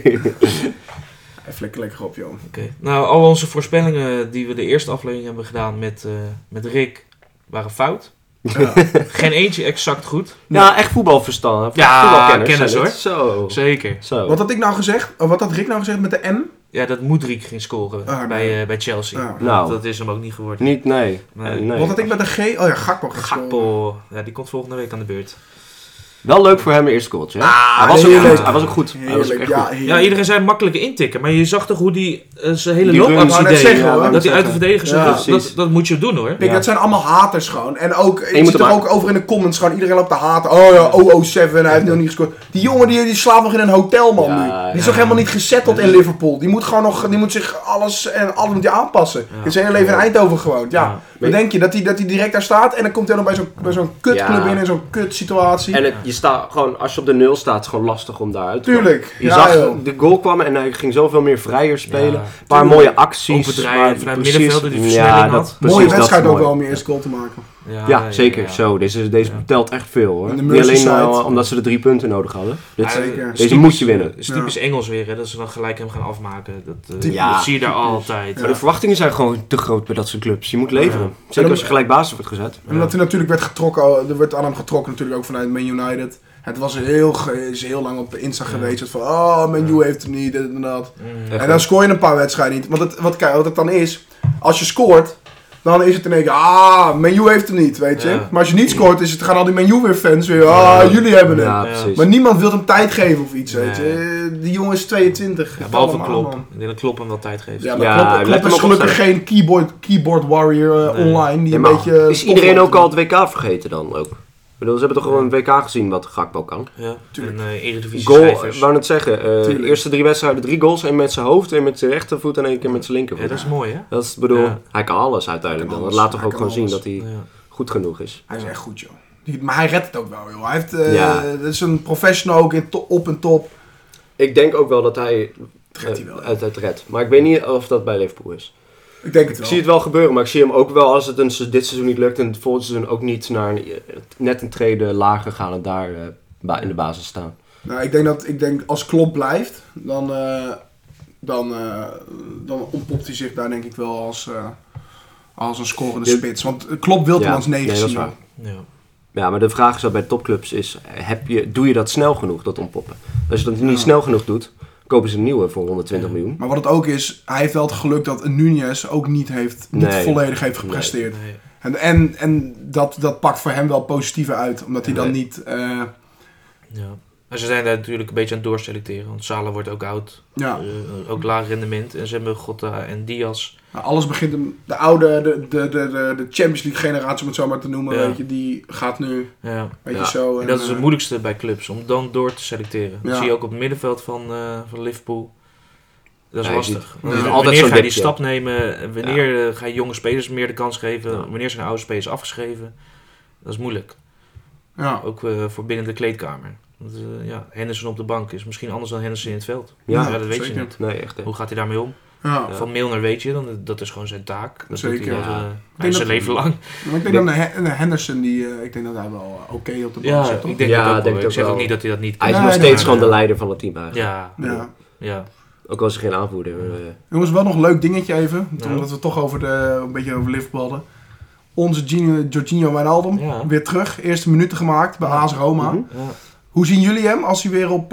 Hij flikker lekker op, joh. Oké. Nou, al onze voorspellingen die we de eerste aflevering hebben gedaan met Rick waren fout. Ja. Geen eentje exact goed. Ja, echt voetbalverstand. Ja, voetbalkenners kennis, zijn hoor. het. Zo. Zeker. Zo. Wat had ik nou gezegd? Of wat had Rick nou gezegd met de M? Ja, dat Moedrik ging scoren Ah, nee. bij Chelsea. Ja. Nou. Dat is hem ook niet geworden. Niet, nee. Nee. Wat had ik met de G? Oh ja, Gakpo. gaat scoren. Gakpo, ja, die komt volgende week aan de beurt. Wel leuk voor hem, eerste goaltje. hè? Ah, hij was ook heerlijk. goed. Hij was ook goed. Hij was ook Heerlijk, echt ja, goed. heerlijk. Ja, iedereen zei makkelijke intikken, maar je zag toch hoe die zijn hele Die loopactie runs, wou net deed. zeggen, hoor. Dat hij uit de verdediging Ja, dat, precies. dat moet je doen hoor. Kijk, dat zijn allemaal haters gewoon. En ook, je moet ziet hem er ook over in de comments gewoon iedereen op de haten. Oh ja, 007, hij heeft nog niet gescoord. Die jongen die slaapt nog in een hotel, man, Ja, nu. Die is ja. nog helemaal niet gezetteld in Liverpool. Die moet gewoon nog, die moet zich alles moet die aanpassen. Ja. Die is zijn hele leven in Eindhoven gewoond. Ja. Ja. Dan denk je dat hij direct daar staat en dan komt hij nog bij zo'n kutclub Ja. in zo'n kut situatie. En je staat gewoon, als je op de 0 staat, is het gewoon lastig om daaruit te komen. Tuurlijk. Je Ja, zag, joh. de goal kwam en hij ging zoveel meer vrijer spelen. Ja, een paar tuurlijk. mooie acties. Opdraaien maar vanuit precies- middenvelder die versnelling had. precies, Mooie dat is wedstrijd ook mooi. wel om je eerste goal te maken. Ja, zeker. ja. Zo, deze Ja. telt echt veel hoor. En de Niet alleen Merseyside. omdat ze de 3 punten nodig hadden. Zeker. Deze moet je winnen. Het is typisch Engels weer, hè, dat ze dan gelijk hem gaan afmaken. Dat, Ja, dat zie je daar typisch. altijd. Maar de verwachtingen zijn gewoon te groot bij dat soort clubs. Je moet leveren. Ja. Zeker als je gelijk basis wordt gezet. En omdat hij natuurlijk werd getrokken, er werd aan hem getrokken natuurlijk ook vanuit Man United. Het was is heel lang op Insta geweest. Het van, oh, Man U heeft hem niet, dit en dat. Mm. En dan scoor je een paar wedstrijden niet. Want wat het dan is, als je scoort, dan is het in één keer, Man U heeft hem niet, weet je. Ja. Maar als je niet scoort, gaan al die Man U weer fans weer, jullie hebben hem. Ja, Ja. precies. Maar niemand wil hem tijd geven of iets, weet Nee. je. Die jongen is 22. Ja, behalve Allemaal, Klopp. man. Ik denk dat Klopp hem wel tijd geeft. Ja, maar Ja, Klopp hij blijft is hem ook gelukkig geen keyboard warrior Nee. online. Die Ja, een maar beetje is iedereen ook al het WK vergeten dan ook? Ik bedoel, ze hebben toch gewoon een WK gezien wat Gakpo kan. Ja, Tuurlijk. en Eredivisie Goal, cijfers. wou net zeggen, de Tuurlijk. eerste 3 wedstrijden 3 goals. 1 met zijn hoofd, 1 met zijn rechtervoet en 1 keer met zijn Ja, linkervoet. dat is mooi hè? Dat is, bedoel, Ja. hij kan alles uiteindelijk Hij dan. kan Dat alles. laat toch Hij ook kan gewoon zien alles. dat hij Ja. goed genoeg is. Hij is echt goed, joh. Maar hij redt het ook wel, joh. Hij heeft, Ja. dat is een professional ook op en top. Ik denk ook wel dat hij Dat redt hij wel. het redt. Maar ik weet niet of dat bij Liverpool is. Ik denk het Ik wel. zie het wel gebeuren, maar ik zie hem ook wel als het dit seizoen niet lukt en het volgende seizoen ook niet naar net een trede lager gaan en daar in de basis staan. Nou, ik denk als Klopp blijft, dan ontpopt hij zich daar denk ik wel als een scorende Ja. spits. Want Klopp wil hem als 9 nee, dat is zien. waar. Ja. Ja, maar de vraag is wel bij topclubs is, doe je dat snel genoeg, dat ontpoppen? Als je dat niet snel genoeg doet, kopen ze een nieuwe voor 120 miljoen. Maar wat het ook is, hij heeft wel het geluk dat een Nunez ook niet volledig heeft gepresteerd. Nee. En dat pakt voor hem wel positiever uit, omdat hij dan niet... Ja. En ze zijn daar natuurlijk een beetje aan het doorselecteren. Want Salah wordt ook oud. Ja. Ook laag rendement. En ze hebben Gota en Diaz. Nou, alles begint hem... De oude, de Champions League generatie, om het zo maar te noemen, Ja. weet je, die gaat nu... Ja. Weet je, Ja. zo... En dat is het moeilijkste bij clubs. Om dan door te selecteren. Dat Ja. zie je ook op het middenveld van Liverpool. Dat is Ja, lastig. je ziet Ja. altijd Wanneer zo'n ga je die dipje. stap nemen? En wanneer ga je jonge spelers meer de kans geven? Ja. Wanneer zijn oude spelers afgeschreven? Dat is moeilijk. Ja. Ook voor binnen de kleedkamer. Want, Henderson op de bank is misschien anders dan Henderson in het veld. Ja, dat weet zeker. je niet. Nee, echt. Hè. Hoe gaat hij daarmee om? Ja. Van Milner weet je, dat is gewoon zijn taak. Dat Zeker. doet hij al Ja. zijn dat- leven lang. Maar ik denk dat een Henderson, ik denk dat hij wel oké op de bal Ja, zit, toch? ik denk Ja, het ook denk wel. ik Ik zeg ook ook wel. niet dat hij dat niet Hij kan. is nog Nee, steeds nee, gewoon nee. de leider van het team eigenlijk. Ja, Ja. Ook al is er geen aanvoerder. Jongens, wel nog een leuk dingetje even. Ja. Omdat we het toch een beetje over Liverpool hadden. Onze Jorginho Wijnaldum, Ja. weer terug. Eerste minuten gemaakt bij AS Roma. Mhm. ja. Hoe zien jullie hem als hij weer op...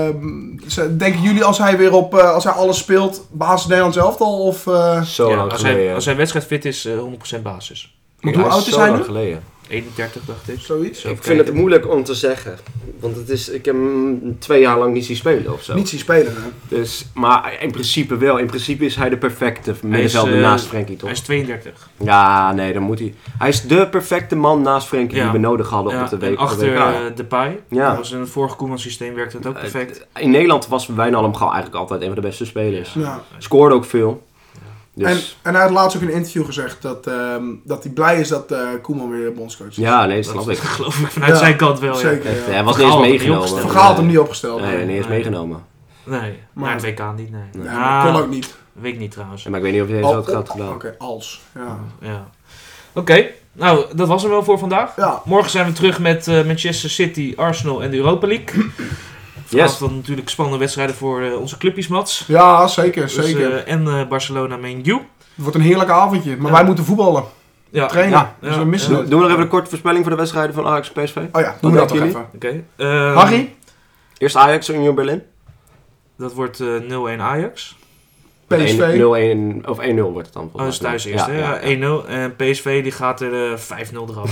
denken jullie als hij weer op... als hij alles speelt, basis Nederlands elftal? Of, Zo Ja, lang als geleden. hij wedstrijd fit is, 100% basis. Want hoe oud is zo hij lang nu? geleden. 31 dacht ik. Zoiets? Zo Ik vind het moeilijk om te zeggen. Want ik heb hem 2 jaar lang niet zien spelen of zo. Niet zien spelen, hè? Dus, maar in principe wel. In principe is hij de perfecte middenvelder naast Frenkie, toch? Hij is 32. Ja, nee, dan moet hij... Hij is de perfecte man naast Frenkie Ja. die we nodig hadden Ja, op de en week. achter Ja. Depay. Ja. Dat was in het vorige Koeman systeem werkte het ook perfect. In Nederland was Wijnaldum gewoon eigenlijk altijd een van de beste spelers. Ja. Scoorde ook veel. Dus, En hij had laatst ook in een interview gezegd dat hij blij is dat Koeman weer bondscoach is. ja, nee, dat snap Dat ik. geloof ik vanuit Ja, zijn kant wel. zeker. Ja. Echt, Ja. hij was Van niet eens Gaal had hem niet meegenomen. opgesteld. Van Gaal had hem niet opgesteld. Nee, niet eens Nee. meegenomen. Nee, Maar- naar het WK niet. Nee. Nee, Ah, maar kon ook niet. Weet ik niet trouwens. Ja, maar ik weet niet of hij zo had gehad gedaan. Oké, als. Ja. Ja. Oké, nou dat was hem wel voor vandaag. Ja. Morgen zijn we terug met Manchester City, Arsenal en de Europa League. Yes. Dan natuurlijk spannende wedstrijden voor onze clubjes, Mats. Ja, zeker, Dus, zeker. en Barcelona Man U. Het wordt een heerlijk avondje. Maar Ja. wij moeten voetballen. Ja. Trainen. Ja. Dus we missen het. Doen we nog even een korte voorspelling voor de wedstrijden van Ajax en PSV? Oh ja, doen we dat toch denken even. Oké. Harry? Eerst Ajax en Union Berlin. Dat wordt 0-1 Ajax. PSV? 0-1 of 1-0 wordt het dan. Oh, dat is thuis eerst, Ja, hè? ja, ja. 1-0. En PSV die gaat er 5-0 eraf.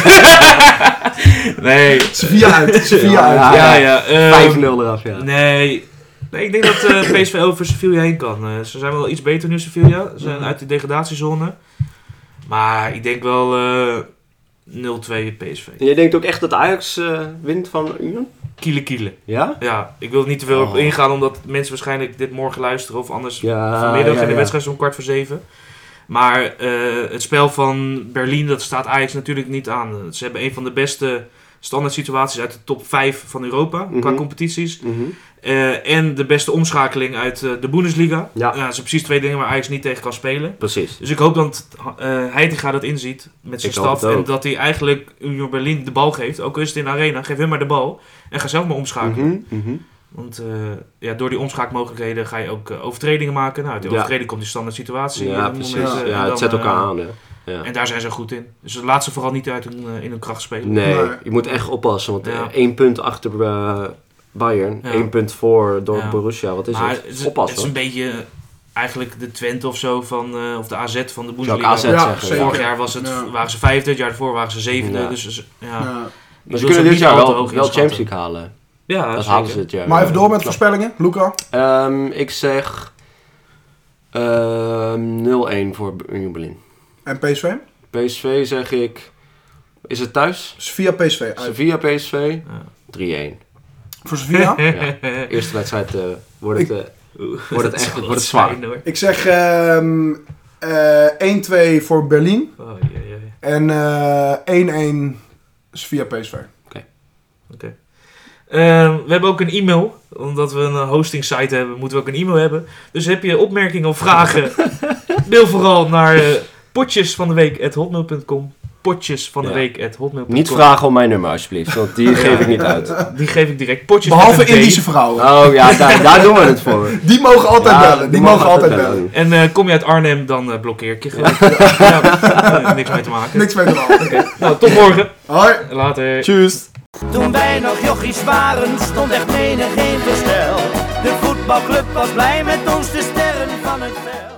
Nee. Sevilla uit. Sevilla uit. Ja, Ja, ja. 5-0 eraf, ja. Nee, ik denk dat PSV over Sevilla heen kan. Ze zijn wel iets beter nu, Sevilla. Ze zijn uit de degradatiezone. Maar ik denk wel 0-2 PSV. En jij denkt ook echt dat Ajax wint van Union? Kiele. Ja? Ja, ik wil er niet te veel op Oh. ingaan, omdat mensen waarschijnlijk dit morgen luisteren. Of anders Ja, vanmiddag ja, in de ja. wedstrijd om 6:15. Maar het spel van Berlin, dat staat Ajax natuurlijk niet aan. Ze hebben een van de beste standaard situaties uit de top 5 van Europa qua Mhm. competities. Mhm. En de beste omschakeling uit de Bundesliga. Ja. Dat zijn precies 2 dingen waar Ajax niet tegen kan spelen. Precies. Dus ik hoop dat Heitinga dat inziet met zijn Ik hoop staf. het ook. En dat hij eigenlijk Union Berlin de bal geeft. Ook al is het in de arena, geef hem maar de bal. En ga zelf maar omschakelen. Mhm, mhm. Want door die omschakelmogelijkheden ga je ook overtredingen maken. Nou, uit die Ja. overtreding komt die standaard situatie. Ja, op precies. momenten. Ja, En het dan, zet elkaar aan, hè. Ja. En daar zijn ze goed in. Dus laat ze vooral niet uit in hun kracht spelen. Nee, Nee. je moet echt oppassen, want Ja. 1 punt achter Bayern, Ja. 1 punt voor door Ja. Borussia. Wat is maar het? het is Oppassen. een beetje eigenlijk de Twente of zo van, of de AZ van de Zou ik Bundesliga. AZ Ja, zeggen. zeker. Vorig jaar was het, Ja. waren ze 5e, het jaar daarvoor waren ze 7e. Ja. Dus ja. Ja. Ik Maar wil ze kunnen niet dit jaar al te wel hoog Champions inschatten. League halen. Ja, Dat zeker. halen ze dit jaar. Maar even door met Klopt. voorspellingen, Luca. Ik zeg 0-1 voor Union Berlin. En PSV? PSV zeg ik... Is het thuis? Sevilla PSV uit. Sevilla PSV? Ja. 3-1. Voor Sevilla? Ja. Eerste wedstrijd wordt het Dat echt zal wordt het zwaar. zijn, hoor. Ik zeg 1-2 voor Berlin. Oh, jee. En 1-1 Sevilla PSV. Oké. We hebben ook een e-mail. Omdat we een hosting site hebben, moeten we ook een e-mail hebben. Dus heb je opmerkingen of vragen, mail vooral naar potjesvandeweek@hotmail.com. potjesvandeweek@hotmail.com. Niet vragen om mijn nummer alsjeblieft, want die geef ik niet uit. Die geef ik direct. Potjes Behalve met een D. Indische vrouwen. Oh ja, daar doen we het voor. Die mogen altijd Ja, bellen. Die mogen altijd bellen. En kom je uit Arnhem, dan blokkeer ik je gelijk. Niks mee te maken. Niks mee te maken. Oké. Nou, tot morgen. Hoi. Later. Tjus. Toen wij nog jochies waren, stond echt menig geen verstel. De voetbalclub was blij met ons, de sterren van het veld.